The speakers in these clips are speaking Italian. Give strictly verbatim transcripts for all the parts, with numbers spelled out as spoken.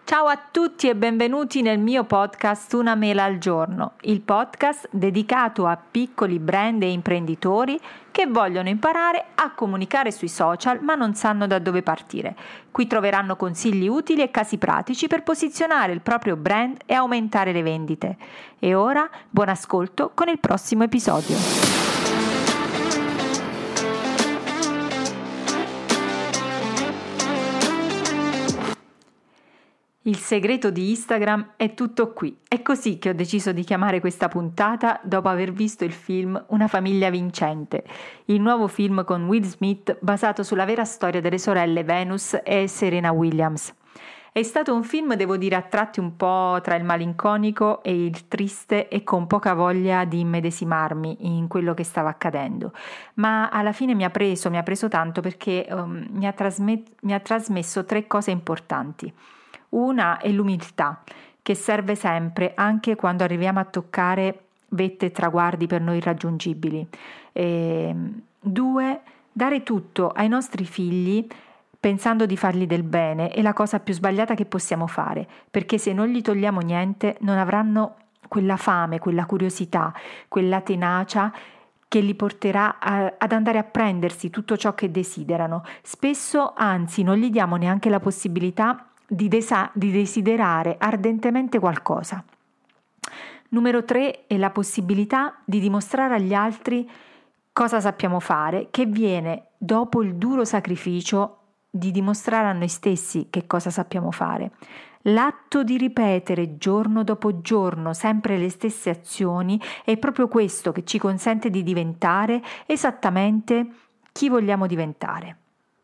Ciao a tutti e benvenuti nel mio podcast Una mela al giorno, il podcast dedicato a piccoli brand e imprenditori che vogliono imparare a comunicare sui social ma non sanno da dove partire. Qui troveranno consigli utili e casi pratici per posizionare il proprio brand e aumentare le vendite. E ora buon ascolto con il prossimo episodio. Il segreto di Instagram è tutto qui. È così che ho deciso di chiamare questa puntata dopo aver visto il film Una famiglia vincente, il nuovo film con Will Smith basato sulla vera storia delle sorelle Venus e Serena Williams. È stato un film, devo dire, a tratti un po' tra il malinconico e il triste e con poca voglia di immedesimarmi in quello che stava accadendo, ma alla fine mi ha preso, mi ha preso tanto perché um, mi ha trasmet- mi ha trasmesso tre cose importanti. Una è l'umiltà, che serve sempre, anche quando arriviamo a toccare vette e traguardi per noi irraggiungibili. E, due, dare tutto ai nostri figli pensando di fargli del bene è la cosa più sbagliata che possiamo fare, perché se non gli togliamo niente non avranno quella fame, quella curiosità, quella tenacia che li porterà a, ad andare a prendersi tutto ciò che desiderano. Spesso, anzi, non gli diamo neanche la possibilità Di, desa- di desiderare ardentemente qualcosa. Numero tre è la possibilità di dimostrare agli altri cosa sappiamo fare, che viene dopo il duro sacrificio di dimostrare a noi stessi che cosa sappiamo fare. L'atto di ripetere giorno dopo giorno sempre le stesse azioni è proprio questo che ci consente di diventare esattamente chi vogliamo diventare.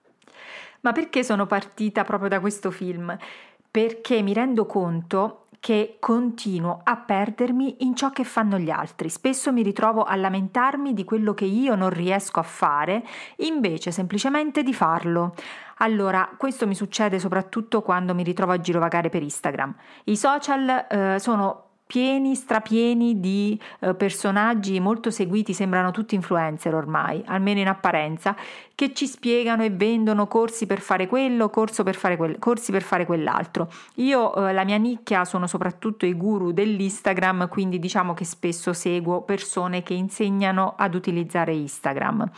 Ma perché sono partita proprio da questo film? Perché mi rendo conto che continuo a perdermi in ciò che fanno gli altri. Spesso mi ritrovo a lamentarmi di quello che io non riesco a fare, invece semplicemente di farlo. Allora, questo mi succede soprattutto quando mi ritrovo a girovagare per Instagram. I social eh, sono pieni, strapieni di eh, personaggi molto seguiti, sembrano tutti influencer ormai, almeno in apparenza, che ci spiegano e vendono corsi per fare quello, corso per fare quel, corsi per fare quell'altro. Io, eh, la mia nicchia sono soprattutto i guru dell'Instagram, quindi diciamo che spesso seguo persone che insegnano ad utilizzare Instagram.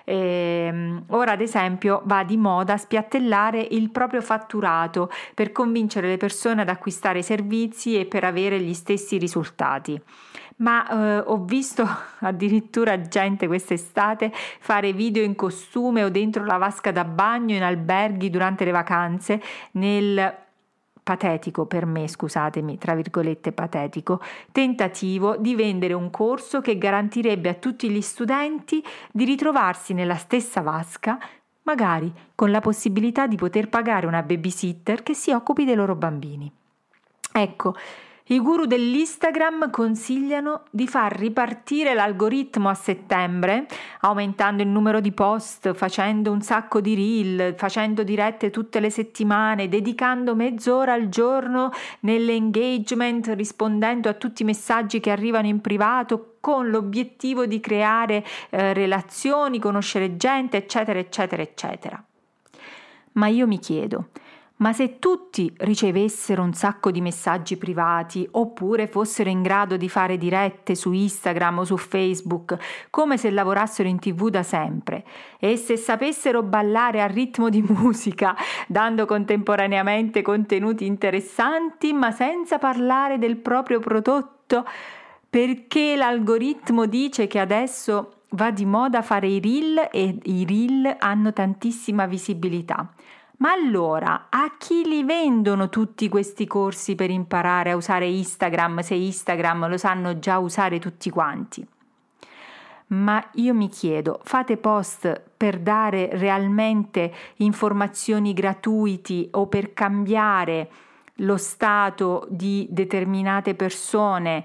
E, ora ad esempio va di moda spiattellare il proprio fatturato per convincere le persone ad acquistare i servizi e per avere gli stessi risultati. Ma eh, ho visto addirittura gente quest'estate fare video in costume o dentro la vasca da bagno in alberghi durante le vacanze nel patetico, per me, scusatemi, tra virgolette patetico, tentativo di vendere un corso che garantirebbe a tutti gli studenti di ritrovarsi nella stessa vasca, magari con la possibilità di poter pagare una babysitter che si occupi dei loro bambini. Ecco, i guru dell'Instagram consigliano di far ripartire l'algoritmo a settembre, aumentando il numero di post, facendo un sacco di reel, facendo dirette tutte le settimane, dedicando mezz'ora al giorno nell'engagement, rispondendo a tutti i messaggi che arrivano in privato con l'obiettivo di creare eh, relazioni, conoscere gente, eccetera, eccetera, eccetera. Ma io mi chiedo, ma se tutti ricevessero un sacco di messaggi privati oppure fossero in grado di fare dirette su Instagram o su Facebook come se lavorassero in tivù da sempre e se sapessero ballare al ritmo di musica dando contemporaneamente contenuti interessanti ma senza parlare del proprio prodotto perché l'algoritmo dice che adesso va di moda fare i reel e i reel hanno tantissima visibilità. Ma allora, a chi li vendono tutti questi corsi per imparare a usare Instagram se Instagram lo sanno già usare tutti quanti? Ma io mi chiedo, fate post per dare realmente informazioni gratuiti o per cambiare lo stato di determinate persone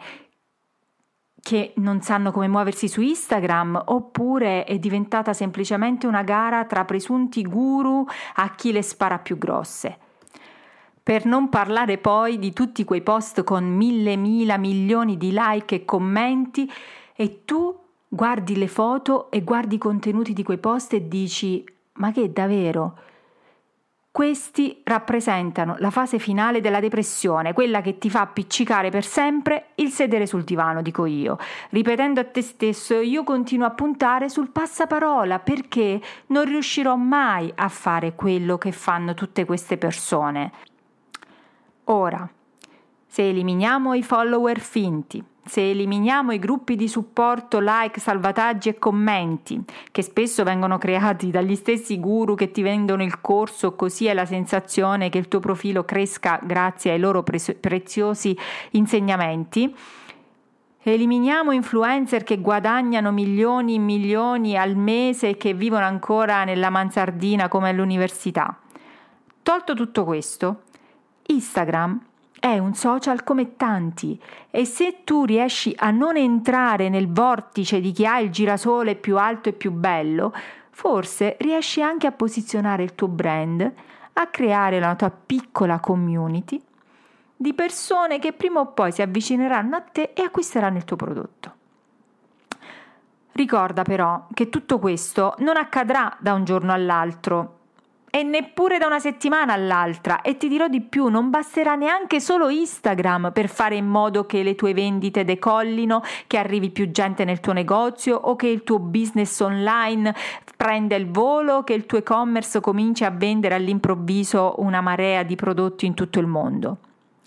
che non sanno come muoversi su Instagram, oppure è diventata semplicemente una gara tra presunti guru a chi le spara più grosse? Per non parlare poi di tutti quei post con mille, mila, milioni di like e commenti e tu guardi le foto e guardi i contenuti di quei post e dici: ma che davvero? Questi rappresentano la fase finale della depressione, quella che ti fa appiccicare per sempre il sedere sul divano, dico io, ripetendo a te stesso: io continuo a puntare sul passaparola perché non riuscirò mai a fare quello che fanno tutte queste persone. Ora, se eliminiamo i follower finti, se eliminiamo i gruppi di supporto, like, salvataggi e commenti, che spesso vengono creati dagli stessi guru che ti vendono il corso, così hai la sensazione che il tuo profilo cresca grazie ai loro pre- preziosi insegnamenti, eliminiamo influencer che guadagnano milioni e milioni al mese e che vivono ancora nella mansardina come all'università. Tolto tutto questo, Instagram è un social come tanti, e se tu riesci a non entrare nel vortice di chi ha il girasole più alto e più bello, forse riesci anche a posizionare il tuo brand, a creare la tua piccola community di persone che prima o poi si avvicineranno a te e acquisteranno il tuo prodotto. Ricorda però che tutto questo non accadrà da un giorno all'altro e neppure da una settimana all'altra, e ti dirò di più, non basterà neanche solo Instagram per fare in modo che le tue vendite decollino, che arrivi più gente nel tuo negozio o che il tuo business online prenda il volo, che il tuo e-commerce cominci a vendere all'improvviso una marea di prodotti in tutto il mondo.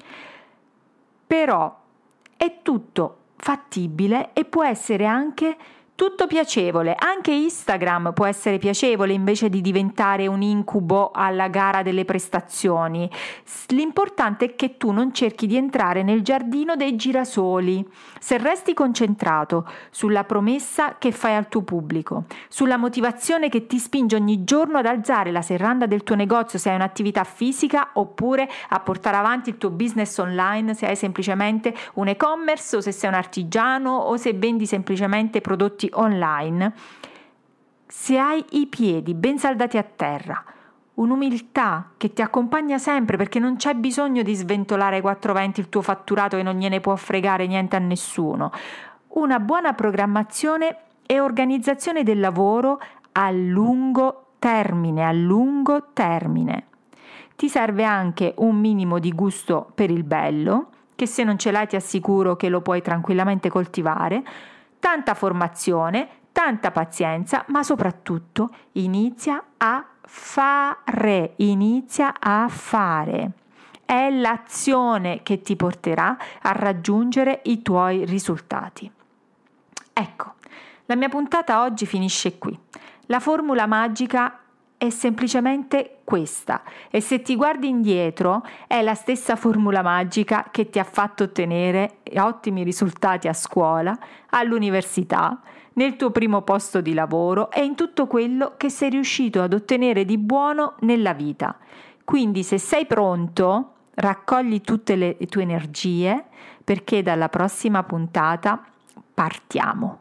Però è tutto fattibile e può essere anche tutto piacevole. Anche Instagram può essere piacevole invece di diventare un incubo alla gara delle prestazioni. L'importante è che tu non cerchi di entrare nel giardino dei girasoli. Se resti concentrato sulla promessa che fai al tuo pubblico, sulla motivazione che ti spinge ogni giorno ad alzare la serranda del tuo negozio se hai un'attività fisica, oppure a portare avanti il tuo business online se hai semplicemente un e-commerce, o se sei un artigiano, o se vendi semplicemente prodotti online, se hai i piedi ben saldati a terra, un'umiltà che ti accompagna sempre, perché non c'è bisogno di sventolare ai quattro venti il tuo fatturato e non gliene può fregare niente a nessuno, una buona programmazione e organizzazione del lavoro a lungo termine, a lungo termine. Ti serve anche un minimo di gusto per il bello, che se non ce l'hai ti assicuro che lo puoi tranquillamente coltivare, tanta formazione, tanta pazienza, ma soprattutto inizia a fare, inizia a fare. È l'azione che ti porterà a raggiungere i tuoi risultati. Ecco, la mia puntata oggi finisce qui. La formula magica è semplicemente questa, e se ti guardi indietro è la stessa formula magica che ti ha fatto ottenere ottimi risultati a scuola, all'università, nel tuo primo posto di lavoro e in tutto quello che sei riuscito ad ottenere di buono nella vita. Quindi, se sei pronto, raccogli tutte le tue energie, perché dalla prossima puntata partiamo.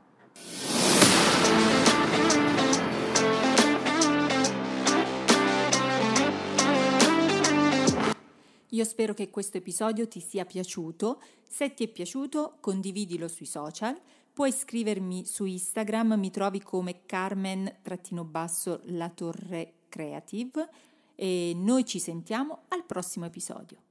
Io spero che questo episodio ti sia piaciuto. Se ti è piaciuto, condividilo sui social. Puoi scrivermi su Instagram, mi trovi come Carmen-La Torre Creative, e noi ci sentiamo al prossimo episodio.